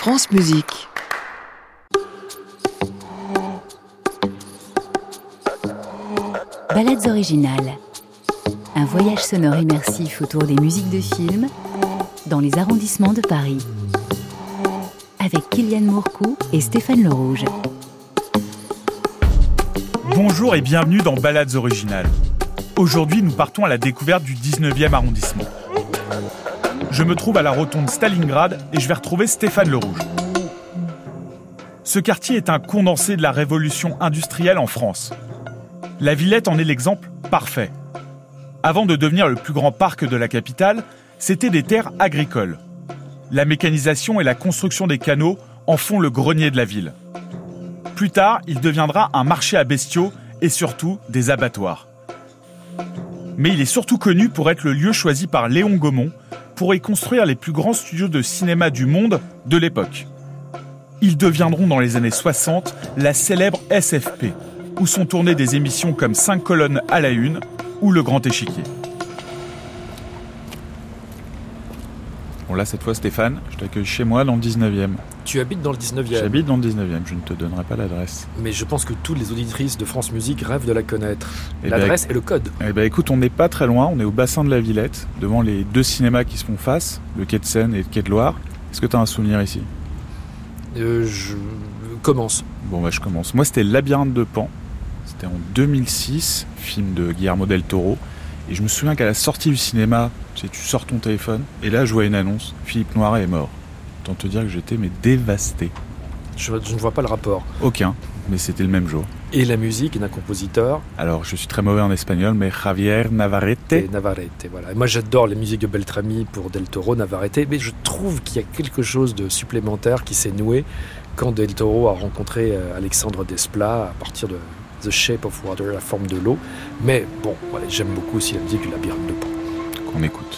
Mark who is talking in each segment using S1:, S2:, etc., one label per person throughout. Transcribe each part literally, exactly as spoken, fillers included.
S1: France Musique.
S2: Ballades originales. Un voyage sonore immersif autour des musiques de films dans les arrondissements de Paris. Avec Kylian Mourcou et Stéphane Le Rouge.
S3: Bonjour et bienvenue dans Ballades originales. Aujourd'hui, nous partons à la découverte du dix-neuvième arrondissement. Je me trouve à la rotonde Stalingrad et je vais retrouver Stéphane Le Rouge. Ce quartier est un condensé de la révolution industrielle en France. La Villette en est l'exemple parfait. Avant de devenir le plus grand parc de la capitale, c'était des terres agricoles. La mécanisation et la construction des canaux en font le grenier de la ville. Plus tard, il deviendra un marché à bestiaux et surtout des abattoirs. Mais il est surtout connu pour être le lieu choisi par Léon Gaumont pour y construire les plus grands studios de cinéma du monde de l'époque. Ils deviendront dans les années soixante la célèbre S F P, où sont tournées des émissions comme cinq colonnes à la une ou Le Grand Échiquier. Bon là, cette fois, Stéphane, je t'accueille chez moi dans le dix-neuvième.
S4: Tu habites dans le dix-neuvième.
S3: J'habite dans le dix-neuvième, je ne te donnerai pas l'adresse.
S4: Mais je pense que toutes les auditrices de France Musique rêvent de la connaître.
S3: Eh
S4: L'adresse
S3: ben,
S4: et le code.
S3: Eh ben écoute, on n'est pas très loin, on est au bassin de la Villette, devant les deux cinémas qui se font face, le quai de Seine et le quai de Loire. Est-ce que tu as un souvenir ici ?
S4: Euh, je commence.
S3: Bon bah je commence. Moi c'était Le Labyrinthe de Pan, c'était en deux mille six, film de Guillermo del Toro. Et je me souviens qu'à la sortie du cinéma, tu sais, tu sors ton téléphone, et là je vois une annonce, Philippe Noiret est mort. Autant te dire que j'étais mais dévasté.
S4: Je, je ne vois pas le rapport.
S3: Aucun, mais c'était le même jour.
S4: Et la musique est d'un compositeur.
S3: Alors je suis très mauvais en espagnol, mais Javier Navarrete.
S4: Et Navarrete, voilà. Et moi j'adore les musiques de Beltrami pour Del Toro, Navarrete, mais je trouve qu'il y a quelque chose de supplémentaire qui s'est noué quand Del Toro a rencontré Alexandre Desplat à partir de The Shape of Water, la forme de l'eau. Mais bon, voilà, j'aime beaucoup aussi la musique du Labyrinthe de Pan.
S3: Qu'on écoute.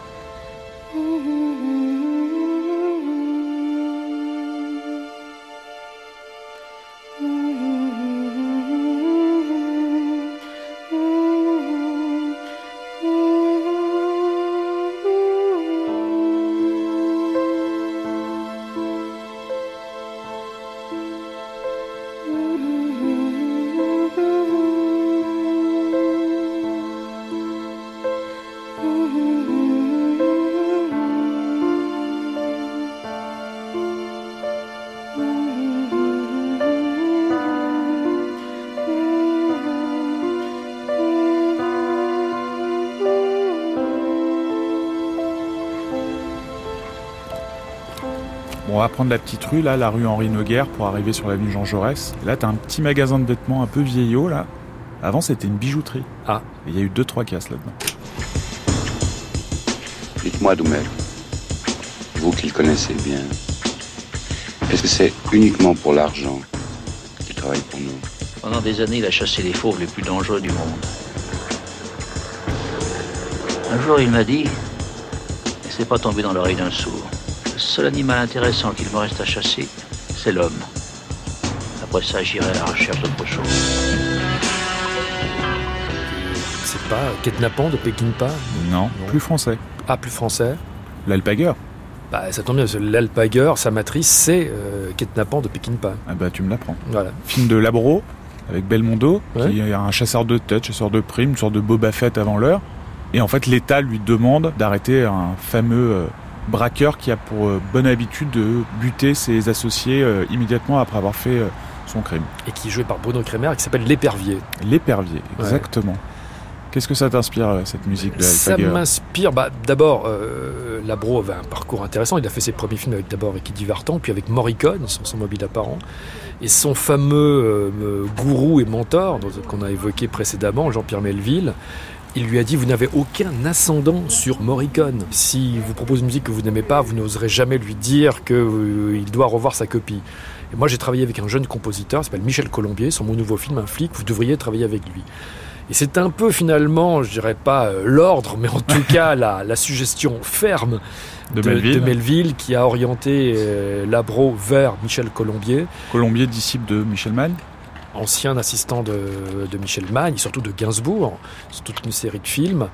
S3: Bon, on va prendre la petite rue, là, la rue Henri Noguer, pour arriver sur l'avenue Jean Jaurès. Et là, t'as un petit magasin de vêtements un peu vieillot, là. Avant, c'était une bijouterie.
S4: Ah.
S3: Et il y a eu deux, trois casses là-dedans.
S5: Dites-moi, Doumel, vous qui le connaissez bien, est-ce que c'est uniquement pour l'argent qu'il travaille pour nous ?
S6: Pendant des années, il a chassé les fauves les plus dangereux du monde. Un jour, il m'a dit, et c'est pas tombé dans l'oreille d'un sourd, le seul animal intéressant qu'il me reste à chasser, c'est l'homme. Après ça, j'irai à la recherche d'autre chose.
S4: C'est pas Kidnappant de Peckinpah ?
S3: Non, non, plus français.
S4: Ah, plus français ?
S3: L'Alpagueur.
S4: Bah, ça tombe bien, parce que l'Alpagueur, sa matrice, c'est euh, Kidnappant de Peckinpah.
S3: Ah bah, tu me l'apprends.
S4: Voilà.
S3: Film de Labro, avec Belmondo,
S4: ouais.
S3: Qui est un chasseur de tête, chasseur de primes, une sorte de Boba Fett avant l'heure. Et en fait, l'État lui demande d'arrêter un fameux euh, braqueur qui a pour euh, bonne habitude de buter ses associés euh, immédiatement après avoir fait euh, son crime.
S4: Et qui est joué par Bruno Kremer, qui s'appelle L'Épervier.
S3: L'Épervier, exactement. Ouais. Qu'est-ce que ça t'inspire, cette musique de l'Alpagueur ?
S4: Ça m'inspire, bah, d'abord, euh, Labro avait un parcours intéressant. Il a fait ses premiers films avec d'abord avec Eddie Vartan, puis avec Morricone, sur son mobile apparent. Et son fameux euh, gourou et mentor, qu'on a évoqué précédemment, Jean-Pierre Melville, il lui a dit « Vous n'avez aucun ascendant sur Morricone. Si vous propose une musique que vous n'aimez pas, vous n'oserez jamais lui dire qu'il euh, doit revoir sa copie. » Et moi, j'ai travaillé avec un jeune compositeur, il s'appelle Michel Colombier, sur mon nouveau film, Un flic, vous devriez travailler avec lui. Et c'est un peu finalement, je dirais pas euh, l'ordre, mais en tout cas la, la suggestion ferme de, de, Melville. de Melville qui a orienté euh, Labro vers Michel Colombier.
S3: Colombier, disciple de Michel Mann.
S4: Ancien assistant de, de Michel Mann, et surtout de Gainsbourg, sur toute une série de films.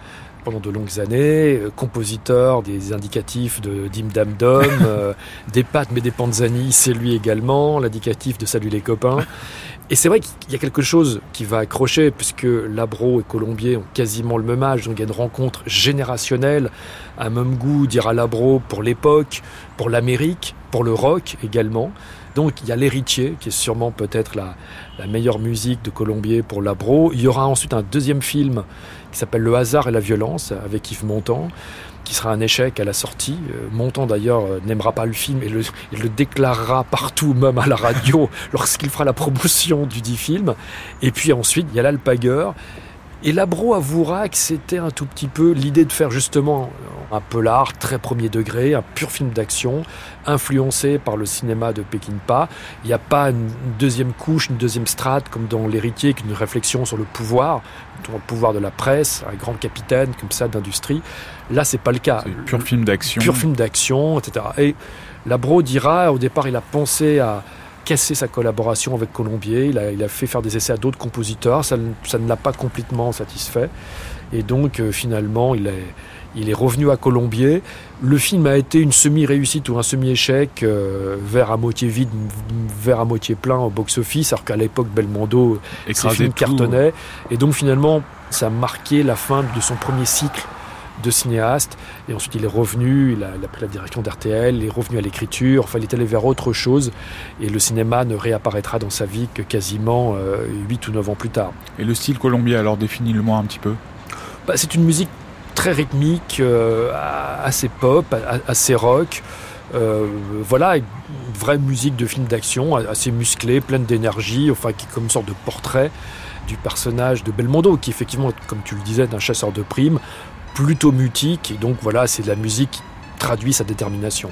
S4: pendant de longues années, euh, compositeur des indicatifs de Dim Dam Dom, euh, des Pattes mais des Panzani, c'est lui également, l'indicatif de Salut les copains. Et c'est vrai qu'il y a quelque chose qui va accrocher, puisque Labro et Colombier ont quasiment le même âge, donc il y a une rencontre générationnelle, un même goût, dira Labro, pour l'époque, pour l'Amérique, pour le rock également. Donc il y a l'héritier, qui est sûrement peut-être la, la meilleure musique de Colombier pour Labro. Il y aura ensuite un deuxième film qui s'appelle Le hasard et la violence, avec Yves Montand, qui sera un échec à la sortie. Montand d'ailleurs n'aimera pas le film et le, il le déclarera partout, même à la radio, lorsqu'il fera la promotion du dit film. Et puis ensuite, il y a l'Alpagueur. Et Labro avouera que c'était un tout petit peu l'idée de faire justement un polar très premier degré, un pur film d'action, influencé par le cinéma de Peckinpah. Il n'y a pas une deuxième couche, une deuxième strate, comme dans L'héritier, qu'une réflexion sur le pouvoir, sur le pouvoir de la presse, un grand capitaine comme ça d'industrie. Là, c'est pas le cas.
S3: C'est pur film d'action.
S4: Pur film d'action, et cetera. Et Labro dira, au départ, il a pensé à casser sa collaboration avec Colombier. Il a, il a fait faire des essais à d'autres compositeurs. Ça, ça ne l'a pas complètement satisfait. Et donc, euh, finalement, il est, il est revenu à Colombier. Le film a été une semi-réussite ou un semi-échec, euh, verre à moitié vide, verre à moitié plein au box-office, alors qu'à l'époque, Belmondo, ses films cartonnaient. Et donc, finalement, ça a marqué la fin de son premier cycle de cinéaste, et ensuite il est revenu, il a, il a pris la direction d'R T L, il est revenu à l'écriture, enfin il est allé vers autre chose, et le cinéma ne réapparaîtra dans sa vie que quasiment euh, huit ou neuf ans plus tard.
S3: Et le style Colombier, alors définis-le-moi un petit peu.
S4: Bah, c'est une musique très rythmique, euh, assez pop, assez rock, euh, voilà, une vraie musique de film d'action, assez musclée, pleine d'énergie, enfin qui est comme une sorte de portrait du personnage de Belmondo, qui effectivement, comme tu le disais, est un chasseur de primes, plutôt mutique, et donc voilà, c'est de la musique qui traduit sa détermination.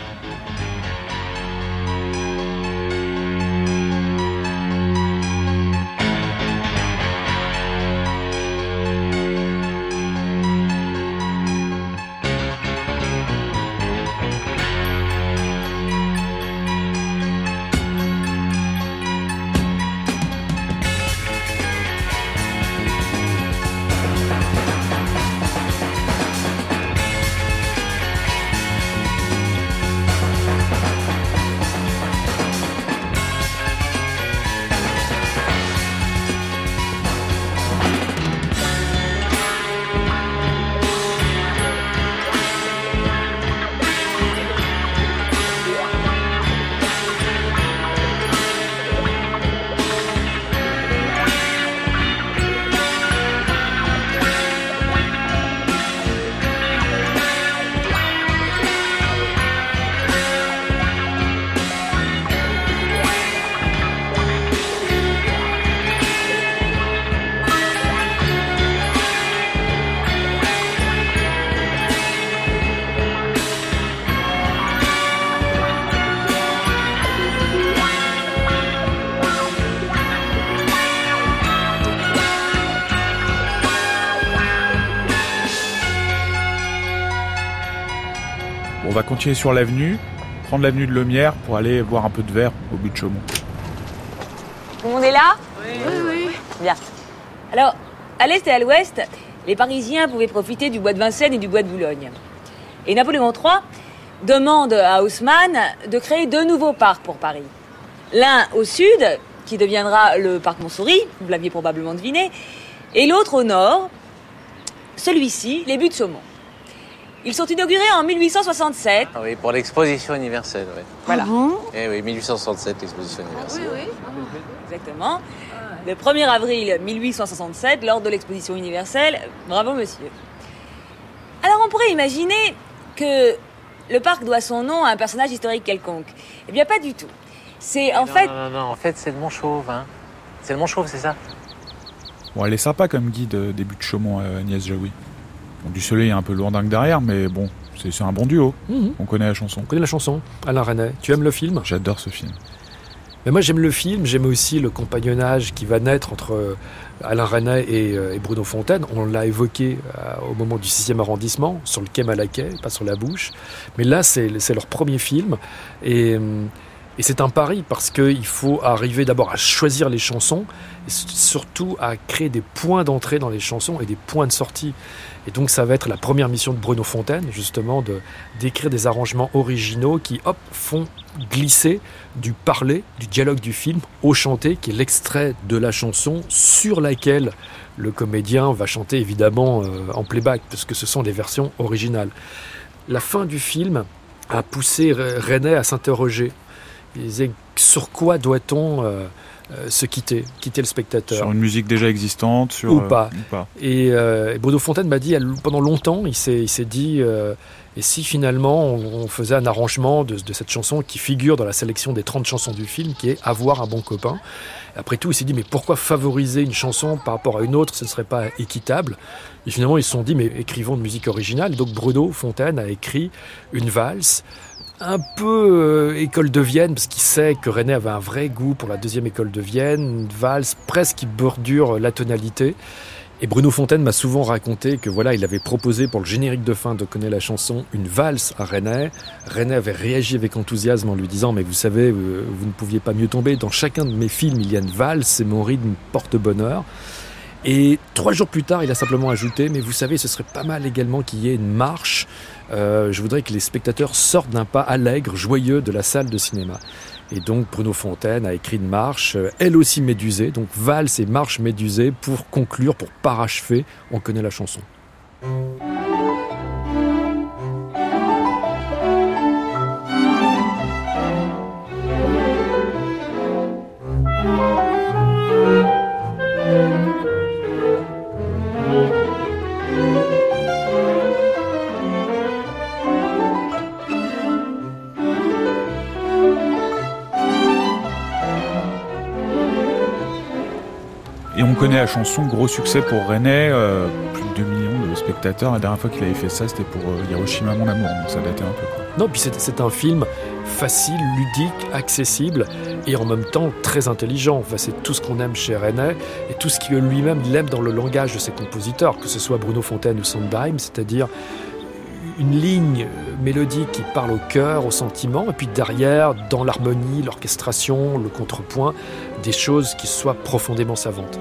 S3: On va continuer sur l'avenue, prendre l'avenue de Lemierre pour aller boire un peu de verre au but de Chaumont.
S1: Tout le monde est là ?
S7: Oui, oui, oui.
S1: Bien. Alors, à l'est et à l'ouest, les Parisiens pouvaient profiter du bois de Vincennes et du bois de Boulogne. Et Napoléon trois demande à Haussmann de créer deux nouveaux parcs pour Paris. L'un au sud, qui deviendra le parc Montsouris, vous l'aviez probablement deviné, et l'autre au nord, celui-ci, les buts de Chaumont. Ils sont inaugurés en mille huit cent soixante-sept.
S8: Ah oui, pour l'exposition universelle, oui.
S1: Voilà.
S7: Ah bon ?
S8: Eh oui, mille huit cent soixante-sept, l'exposition universelle.
S7: Oui, oui.
S1: Exactement. Le premier avril mille huit cent soixante-sept, lors de l'exposition universelle. Bravo, monsieur. Alors, on pourrait imaginer que le parc doit son nom à un personnage historique quelconque. Eh bien, pas du tout. C'est en
S8: non,
S1: fait...
S8: Non, non, non, en fait, c'est le Montchauve, hein. C'est le Montchauve, c'est ça ?
S3: Bon, elle est sympa comme guide euh, des buts de Chaumont, euh, Agnès Jaoui. Bon, du Soleil est un peu lourdingue derrière, mais bon, c'est, c'est un bon duo. Mmh. On connaît la chanson.
S4: On connaît la chanson, Alain Resnais. Tu aimes le film ?
S3: J'adore ce film.
S4: Mais moi, j'aime le film, j'aime aussi le compagnonnage qui va naître entre Alain Resnais et, et Bruno Fontaine. On l'a évoqué euh, au moment du sixième arrondissement, sur le quai Malaquais, pas sur la bouche. Mais là, c'est, c'est leur premier film. Et, Et c'est un pari parce qu'il faut arriver d'abord à choisir les chansons et surtout à créer des points d'entrée dans les chansons et des points de sortie. Et donc ça va être la première mission de Bruno Fontaine, justement, de, d'écrire des arrangements originaux qui, hop, font glisser du parler, du dialogue du film au chanté, qui est l'extrait de la chanson sur laquelle le comédien va chanter évidemment euh, en playback, parce que ce sont des versions originales. La fin du film a poussé Resnais à s'interroger. Il disait, sur quoi doit-on euh, euh, se quitter, quitter le spectateur ?
S3: Sur une musique déjà existante sur,
S4: ou, pas.
S3: Euh, ou pas.
S4: Et, euh, et Bruno Fontaine m'a dit, pendant longtemps, il s'est, il s'est dit, euh, et si finalement on, on faisait un arrangement de, de cette chanson qui figure dans la sélection des trente chansons du film, qui est « Avoir un bon copain ». Après tout, il s'est dit, mais pourquoi favoriser une chanson par rapport à une autre ? Ce ne serait pas équitable. Et finalement, ils se sont dit, mais écrivons de musique originale. Et donc Bruno Fontaine a écrit une valse, un peu euh, école de Vienne, parce qu'il sait que Resnais avait un vrai goût pour la deuxième école de Vienne, une valse presque qui bordure la tonalité. Et Bruno Fontaine m'a souvent raconté que voilà, il avait proposé pour le générique de fin de Connais la chanson une valse à Resnais. Resnais avait réagi avec enthousiasme en lui disant « Mais vous savez, vous ne pouviez pas mieux tomber. Dans chacun de mes films, il y a une valse et mon rythme porte bonheur. » Et trois jours plus tard, il a simplement ajouté « Mais vous savez, ce serait pas mal également qu'il y ait une marche. Euh, je voudrais que les spectateurs sortent d'un pas allègre, joyeux de la salle de cinéma. » Et donc Bruno Fontaine a écrit une marche, elle aussi médusée, donc valse et marche médusée pour conclure, pour parachever, on connaît la chanson.
S3: Et on connaît la chanson, gros succès pour Resnais, euh, plus de deux millions de spectateurs. La dernière fois qu'il avait fait ça, c'était pour euh, Hiroshima mon amour, donc ça datait un peu. Quoi.
S4: Non, puis c'est, c'est un film facile, ludique, accessible et en même temps très intelligent. Enfin, c'est tout ce qu'on aime chez Resnais et tout ce que lui-même il aime dans le langage de ses compositeurs, que ce soit Bruno Fontaine ou Sondheim, c'est-à-dire une ligne mélodique qui parle au cœur, au sentiment, et puis derrière, dans l'harmonie, l'orchestration, le contrepoint, des choses qui soient profondément savantes.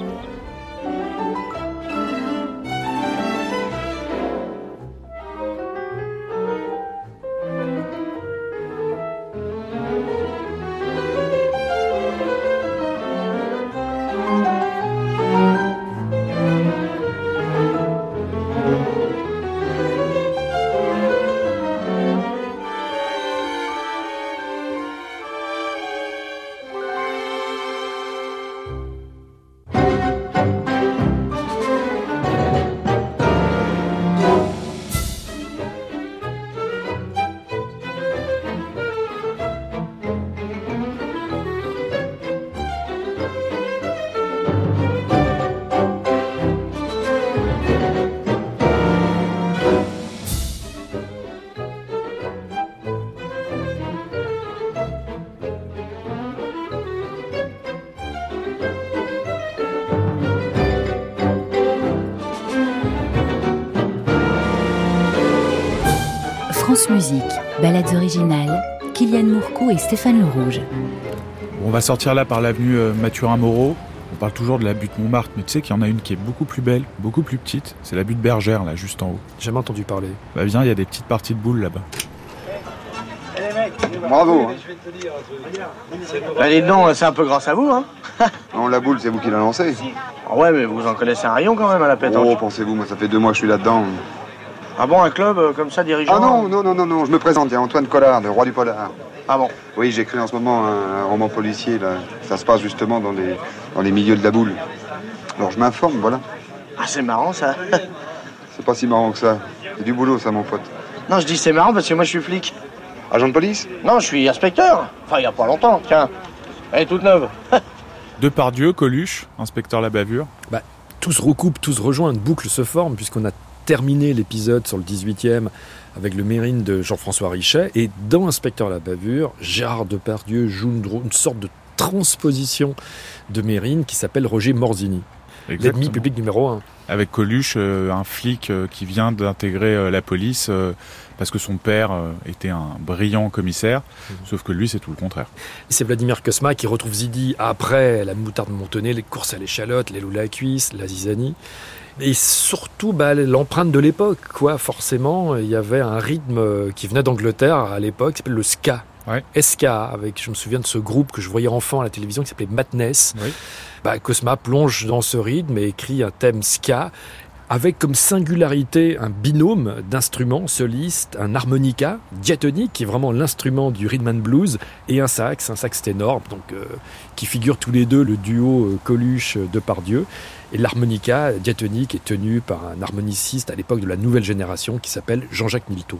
S2: France Musique, ballades originales, Kylian Mourcou et Stéphane Le Rouge.
S3: On va sortir là par l'avenue Mathurin-Moreau. On parle toujours de la butte Montmartre, mais tu sais qu'il y en a une qui est beaucoup plus belle, beaucoup plus petite. C'est la butte Bergère, là, juste en haut.
S4: J'ai jamais entendu parler.
S3: Bah viens, il y a des petites parties de boules là-bas.
S7: Bravo. Hein.
S9: Bah, les noms, c'est un peu grâce à vous, hein.
S7: Non, la boule, c'est vous qui l'a lancée.
S9: Ah ouais, mais vous en connaissez un rayon quand même à la pétanque.
S7: Oh, pensez-vous, moi ça fait deux mois que je suis là-dedans.
S9: Ah bon, un club euh, comme ça, dirigeant?
S7: Ah non, non, non, non, non, je me présente, il y a Antoine Collard, le roi du polar.
S9: Ah bon?
S7: Oui, j'écris en ce moment un, un roman policier, là. Ça se passe justement dans les, dans les milieux de la boule. Alors je m'informe, voilà.
S9: Ah, c'est marrant, ça.
S7: C'est pas si marrant que ça. C'est du boulot, ça, mon pote.
S9: Non, je dis c'est marrant parce que moi, je suis flic.
S7: Agent de police?
S9: Non, je suis inspecteur. Enfin, il y a pas longtemps, tiens. Elle est toute neuve.
S3: Depardieu, Coluche, inspecteur la bavure.
S4: Bah, tout se recoupe, tout se rejoint, une boucle se forme, puisqu'on a terminé l'épisode sur le dix-huitième avec le Mérine de Jean-François Richet. Et dans Inspecteur la bavure, Gérard Depardieu joue une, une sorte de transposition de Mérine qui s'appelle Roger Morzini. l'ennemi public numéro un.
S3: Avec Coluche, euh, un flic euh, qui vient d'intégrer euh, la police euh, parce que son père euh, était un brillant commissaire, mmh. sauf que lui, c'est tout le contraire.
S4: C'est Vladimir Cosma qui retrouve Zidi après la moutarde montonnée, les courses à l'échalote, les loups à la cuisse, la zizanie. Et surtout, bah, l'empreinte de l'époque, quoi. Forcément, il y avait un rythme qui venait d'Angleterre à l'époque, qui s'appelle le ska.
S3: Ouais.
S4: S K A, avec, je me souviens de ce groupe que je voyais enfant à la télévision qui s'appelait Madness.
S3: Oui.
S4: Bah, Cosma plonge dans ce rythme et écrit un thème ska avec comme singularité un binôme d'instruments solistes, un harmonica diatonique qui est vraiment l'instrument du rhythm and blues et un sax, un sax ténor, donc euh, qui figure tous les deux le duo euh, Coluche-Depardieu. Et l'harmonica diatonique est tenu par un harmoniciste à l'époque de la nouvelle génération qui s'appelle Jean-Jacques Milteau.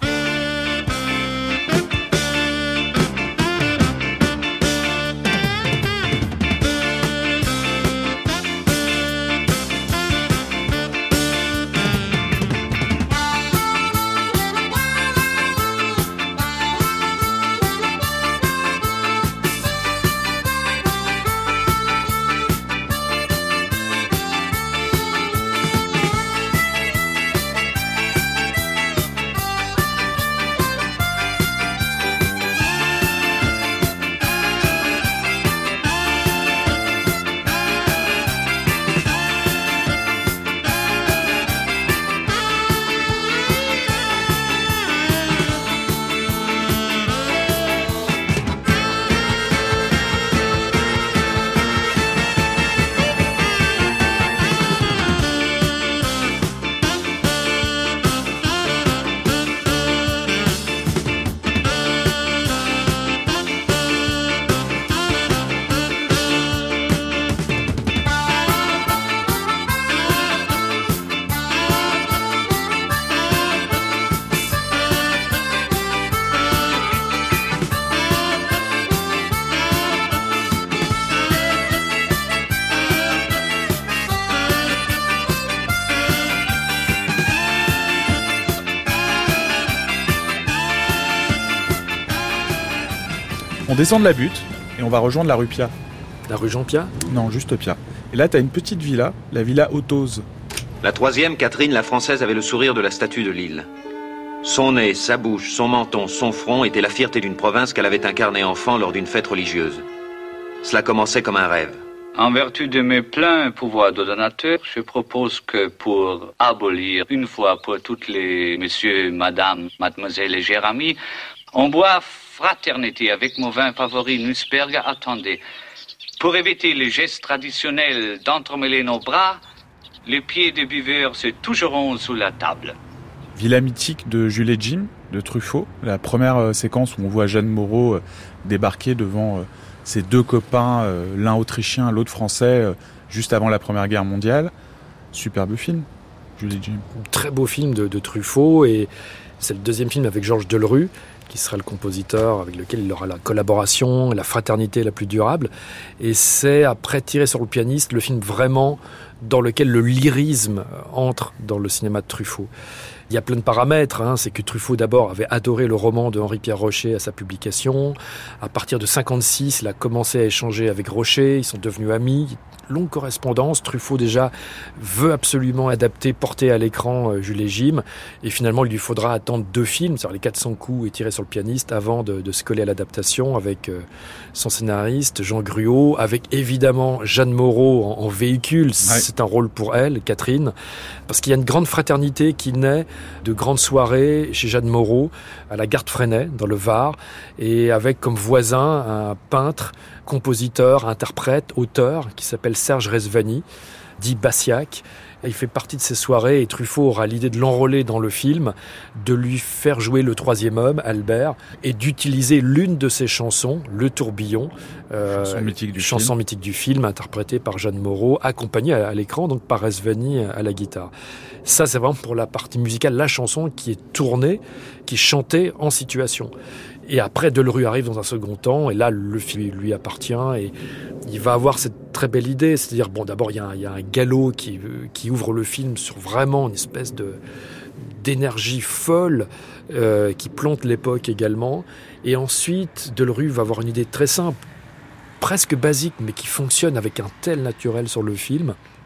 S3: On descend de la butte et on va rejoindre la rue Pia.
S4: La rue Jean-Pia ?
S3: Non, juste Pia. Et là, t'as une petite villa, la villa Otose.
S10: La troisième, Catherine, la française, avait le sourire de la statue de Lille. Son nez, sa bouche, son menton, son front étaient la fierté d'une province qu'elle avait incarnée enfant lors d'une fête religieuse. Cela commençait comme un rêve.
S6: En vertu de mes pleins pouvoirs de donateur, je propose que pour abolir une fois pour toutes les messieurs, madame, mademoiselle et chers amis, on boit fraternité avec mon vin favori Nussberg. Attendez. Pour éviter les gestes traditionnels d'entremêler nos bras, les pieds des buveurs se toucheront sous la table.
S3: Villa mythique de Jules et Jim, de Truffaut. La première euh, séquence où on voit Jeanne Moreau euh, débarquer devant euh, ses deux copains, euh, l'un autrichien, l'autre français, euh, juste avant la Première Guerre mondiale. Superbe film, Jules et Jim.
S4: Très beau film de, de Truffaut, et c'est le deuxième film avec Georges Delerue, qui sera le compositeur avec lequel il aura la collaboration, la fraternité la plus durable. Et c'est, après Tirer sur le pianiste, le film vraiment dans lequel le lyrisme entre dans le cinéma de Truffaut. Il y a plein de paramètres, hein. C'est que Truffaut d'abord avait adoré le roman de Henri-Pierre Rocher à sa publication. À partir de cinquante-six, il a commencé à échanger avec Rocher, ils sont devenus amis. Longue correspondance, Truffaut déjà veut absolument adapter, porter à l'écran euh, Jules et Jim, et finalement il lui faudra attendre deux films, c'est-à-dire Les quatre cents coups et Tirer sur le pianiste, avant de, de se coller à l'adaptation avec euh, son scénariste Jean Gruau, avec évidemment Jeanne Moreau en, en véhicule. Ouais. C'est un rôle pour elle, Catherine, parce qu'il y a une grande fraternité qui naît de grandes soirées chez Jeanne Moreau à la Garde Freinet dans le Var, et avec comme voisin un peintre, compositeur, interprète, auteur qui s'appelle Serge Rezvani, dit Bassiac. Il fait partie de ces soirées, et Truffaut aura l'idée de l'enrôler dans le film, de lui faire jouer le troisième homme, Albert, et d'utiliser l'une de ses chansons, Le Tourbillon, euh,
S3: chanson mythique du
S4: chanson
S3: film.
S4: mythique du film, interprétée par Jeanne Moreau, accompagnée à, à l'écran donc par Rezvani à la guitare. Ça, c'est vraiment pour la partie musicale, la chanson qui est tournée, qui est chantée en situation. Et après, Delerue arrive dans un second temps, et là, le film lui appartient, et il va avoir cette très belle idée, c'est-à-dire, bon, d'abord, il y a un, il y a un galop qui, qui ouvre le film sur vraiment une espèce de, d'énergie folle, euh, qui plante l'époque également, et ensuite, Delerue va avoir une idée très simple, presque basique, mais qui fonctionne avec un tel naturel sur le film.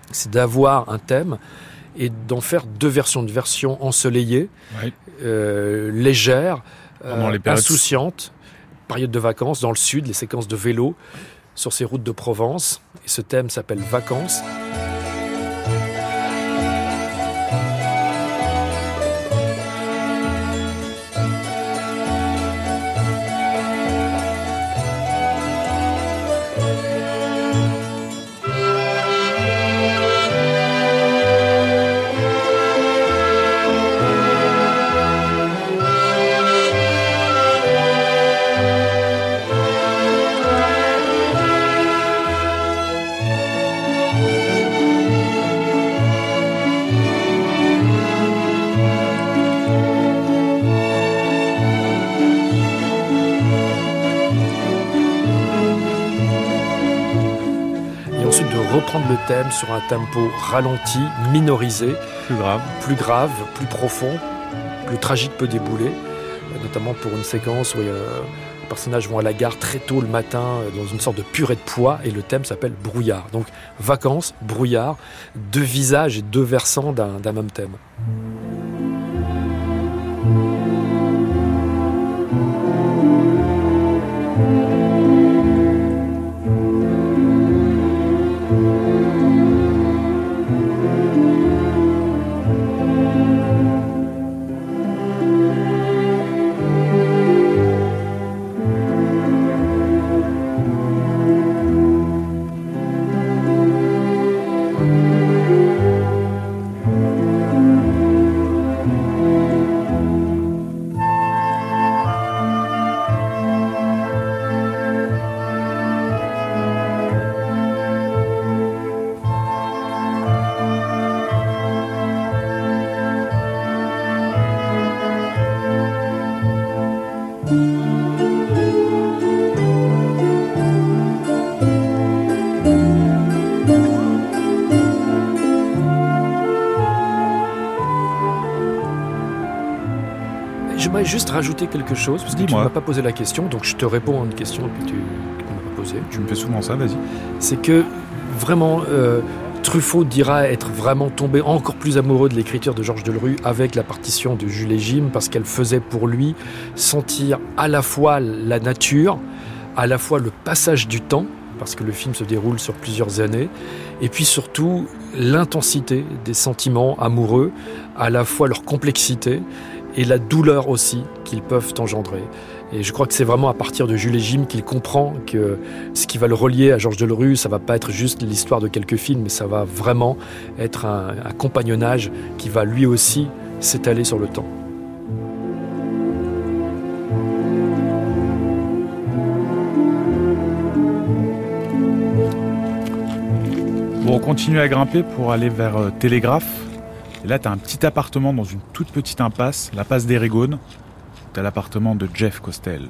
S4: c'est d'avoir un thème et d'en faire deux versions, une version ensoleillée, oui. euh, légère, euh, les périodes... insouciante, période de vacances dans le sud, les séquences de vélo sur ces routes de Provence. Et ce thème s'appelle Vacances. Reprendre le thème sur un tempo ralenti, minorisé,
S3: plus grave,
S4: plus grave, plus profond. Le tragique peut débouler, notamment pour une séquence où les personnages vont à la gare très tôt le matin dans une sorte de purée de pois et le thème s'appelle brouillard. Donc vacances, brouillard, deux visages et deux versants d'un, d'un même thème. J'aimerais juste rajouter quelque chose, parce que Dis-moi. Tu ne m'as pas posé la question, donc je te réponds à une question que tu ne m'as pas posée.
S3: Tu me fais souvent ça, vas-y.
S4: C'est que, vraiment, euh, Truffaut dira être vraiment tombé encore plus amoureux de l'écriture de Georges Delerue avec la partition de Jules et Jim, parce qu'elle faisait pour lui sentir à la fois la nature, à la fois le passage du temps, parce que le film se déroule sur plusieurs années, et puis surtout l'intensité des sentiments amoureux, à la fois leur complexité, et la douleur aussi qu'ils peuvent engendrer. Et je crois que c'est vraiment à partir de Jules et Jim qu'il comprend que ce qui va le relier à Georges Delerue, ça va pas être juste l'histoire de quelques films, mais ça va vraiment être un, un compagnonnage qui va lui aussi s'étaler sur le temps.
S3: Bon, on continue à grimper pour aller vers euh, Télégraphe. Et là, t'as un petit appartement dans une toute petite impasse, la passe d'Erigone. T'as l'appartement de Jeff Costello.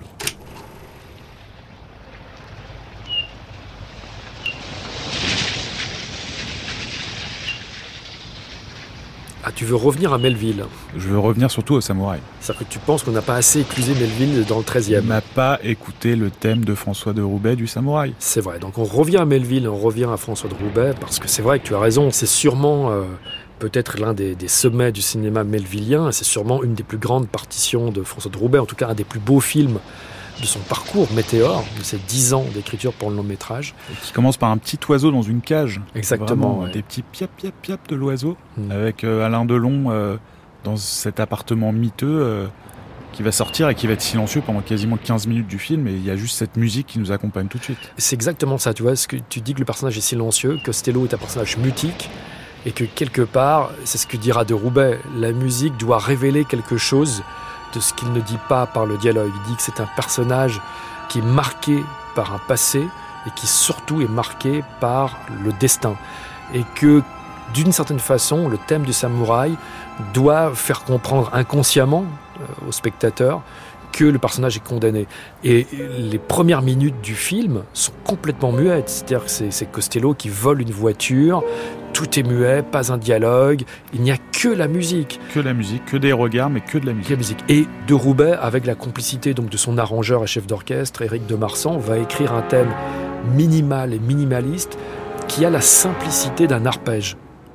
S4: Ah, tu veux revenir à Melville?
S3: Je veux revenir surtout au Samouraï.
S4: C'est-à-dire que tu penses qu'on n'a pas assez éclusé Melville dans le treizième.
S3: On n'a pas écouté le thème de François de Roubaix du Samouraï.
S4: C'est vrai, donc on revient à Melville, on revient à François de Roubaix, parce que c'est vrai que tu as raison, c'est sûrement... Euh, peut-être l'un des, des sommets du cinéma melvillien, c'est sûrement une des plus grandes partitions de François de Roubaix, en tout cas un des plus beaux films de son parcours, Météore, de ses dix ans d'écriture pour le long métrage.
S3: Et qui commence par un petit oiseau dans une cage.
S4: Exactement.
S3: Ouais. Des petits piap piap piap de l'oiseau, mmh. avec euh, Alain Delon euh, dans cet appartement miteux euh, qui va sortir et qui va être silencieux pendant quasiment quinze minutes du film, et il y a juste cette musique qui nous accompagne tout de suite.
S4: C'est exactement ça, tu vois, ce que tu dis que le personnage est silencieux, Costello est un personnage mutique, et que quelque part, c'est ce que dira de Roubaix, la musique doit révéler quelque chose de ce qu'il ne dit pas par le dialogue. Il dit que c'est un personnage qui est marqué par un passé et qui surtout est marqué par le destin. Et que d'une certaine façon, le thème du samouraï doit faire comprendre inconsciemment euh, au spectateur que le personnage est condamné. Et les premières minutes du film sont complètement muettes. C'est-à-dire que c'est, c'est Costello qui vole une voiture, tout est muet, pas un dialogue, il n'y a que la musique.
S3: Que la musique, que des regards, mais que de la musique.
S4: Que la musique. Et de Roubaix, avec la complicité donc, de son arrangeur et chef d'orchestre, Éric de Marsan, va écrire un thème minimal et minimaliste, qui a la simplicité d'un arpège.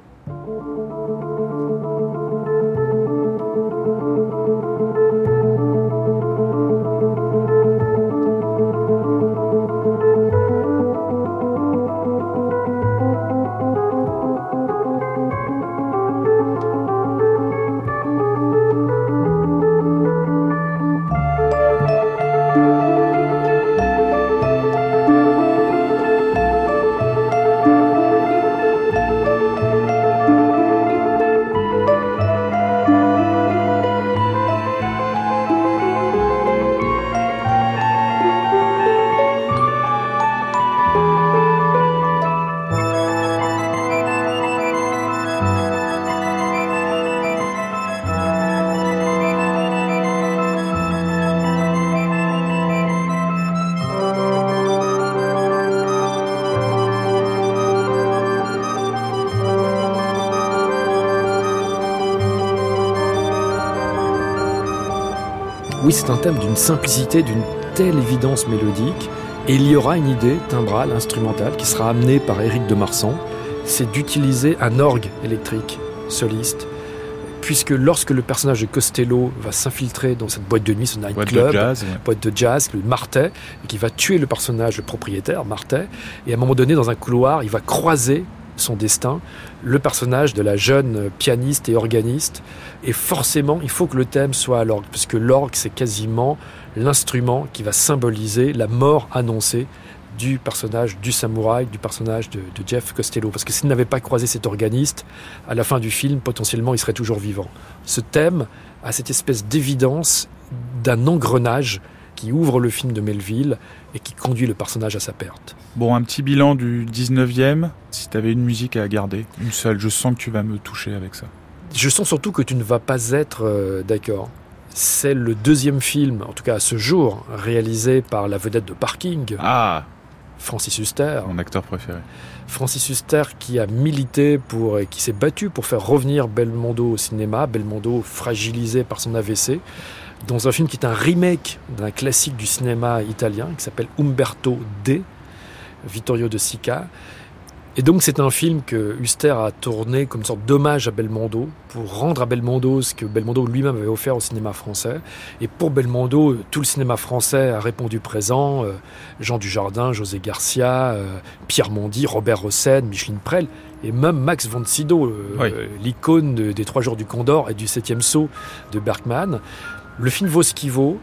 S4: Oui, c'est un thème d'une simplicité, d'une telle évidence mélodique, et il y aura une idée timbrale, instrumentale, qui sera amenée par Éric de Marsan, c'est d'utiliser un orgue électrique soliste, puisque lorsque le personnage de Costello va s'infiltrer dans cette boîte de nuit, ce night
S3: boîte
S4: club,
S3: de jazz, ouais.
S4: boîte de jazz, le Martet, et qui va tuer le personnage, le propriétaire, Martet, et à un moment donné, dans un couloir, il va croiser son destin, le personnage de la jeune pianiste et organiste. Et forcément, il faut que le thème soit à l'orgue, puisque l'orgue, c'est quasiment l'instrument qui va symboliser la mort annoncée du personnage du samouraï, du personnage de, de Jeff Costello. Parce que s'il n'avait pas croisé cet organiste, à la fin du film, potentiellement, il serait toujours vivant. Ce thème a cette espèce d'évidence d'un engrenage qui ouvre le film de Melville et qui conduit le personnage à sa perte.
S3: Bon, un petit bilan du dix-neuvième, si tu avais une musique à garder, une seule, je sens que tu vas me toucher avec ça.
S4: Je sens surtout que tu ne vas pas être euh, d'accord. C'est le deuxième film, en tout cas à ce jour, réalisé par la vedette de Parking,
S3: ah,
S4: Francis Huster.
S3: Mon acteur préféré.
S4: Francis Huster qui a milité pour, qui s'est battu pour faire revenir Belmondo au cinéma, Belmondo fragilisé par son A V C, dans un film qui est un remake d'un classique du cinéma italien qui s'appelle Umberto D, Vittorio De Sica. Et donc c'est un film que Huster a tourné comme une sorte d'hommage à Belmondo, pour rendre à Belmondo ce que Belmondo lui-même avait offert au cinéma français. Et pour Belmondo, tout le cinéma français a répondu présent. Euh, Jean Dujardin, José Garcia, euh, Pierre Mondy, Robert Hossein, Micheline Prel, et même Max von Sydow, euh,
S3: oui.
S4: euh, l'icône de, des Trois Jours du Condor et du Septième Saut de Bergman. Le film vaut ce qu'il vaut.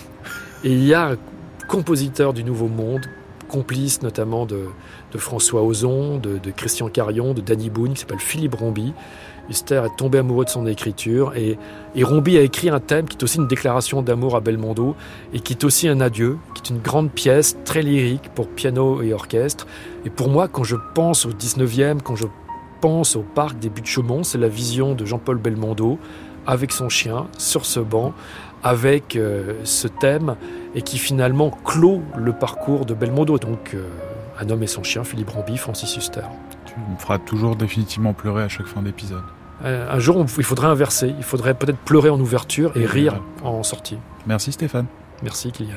S4: Et il y a un compositeur du Nouveau Monde, complice notamment de, de François Ozon, de, de Christian Carion, de Danny Boone, qui s'appelle Philippe Rombi. Huster est tombé amoureux de son écriture et, et Rombi a écrit un thème qui est aussi une déclaration d'amour à Belmondo et qui est aussi un adieu, qui est une grande pièce très lyrique pour piano et orchestre. Et pour moi, quand je pense au dix-neuvième, quand je pense au parc des Buttes-Chaumont, c'est la vision de Jean-Paul Belmondo avec son chien sur ce banc, avec euh, ce thème, et qui finalement clôt le parcours de Belmondo. Donc, euh, Un homme et son chien, Philippe Rombi, Francis Huster.
S3: Tu me feras toujours définitivement pleurer à chaque fin d'épisode.
S4: Euh, un jour, on, il faudrait inverser. Il faudrait peut-être pleurer en ouverture et, et rire ouais. en sortie.
S3: Merci Stéphane.
S4: Merci Kylian.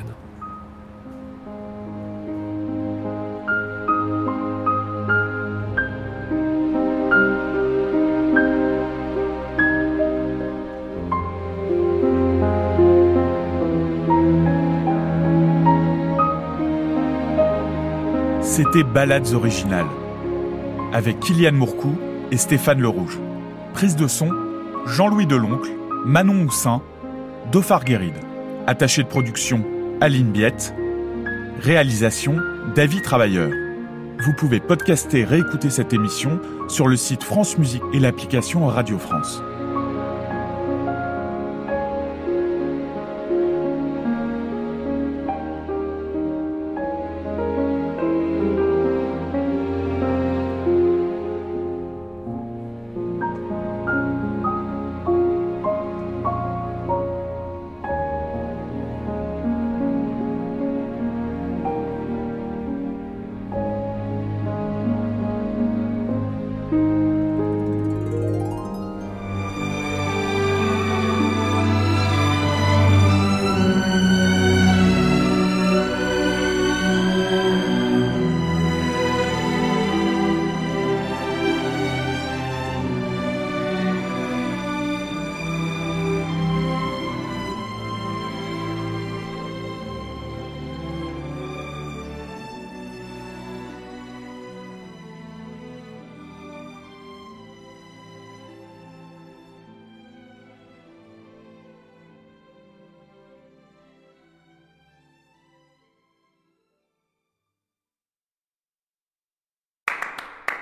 S3: C'était Ballades originales, avec Kylian Mourcou et Stéphane Le Rouge. Prise de son, Jean-Louis Deloncle, Manon Moussin, Dauphard Guéride. Attaché de production, Aline Biette. Réalisation, David Travailleur. Vous pouvez podcaster et réécouter cette émission sur le site France Musique et l'application Radio France.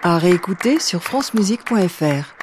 S11: À réécouter sur francemusique point f r.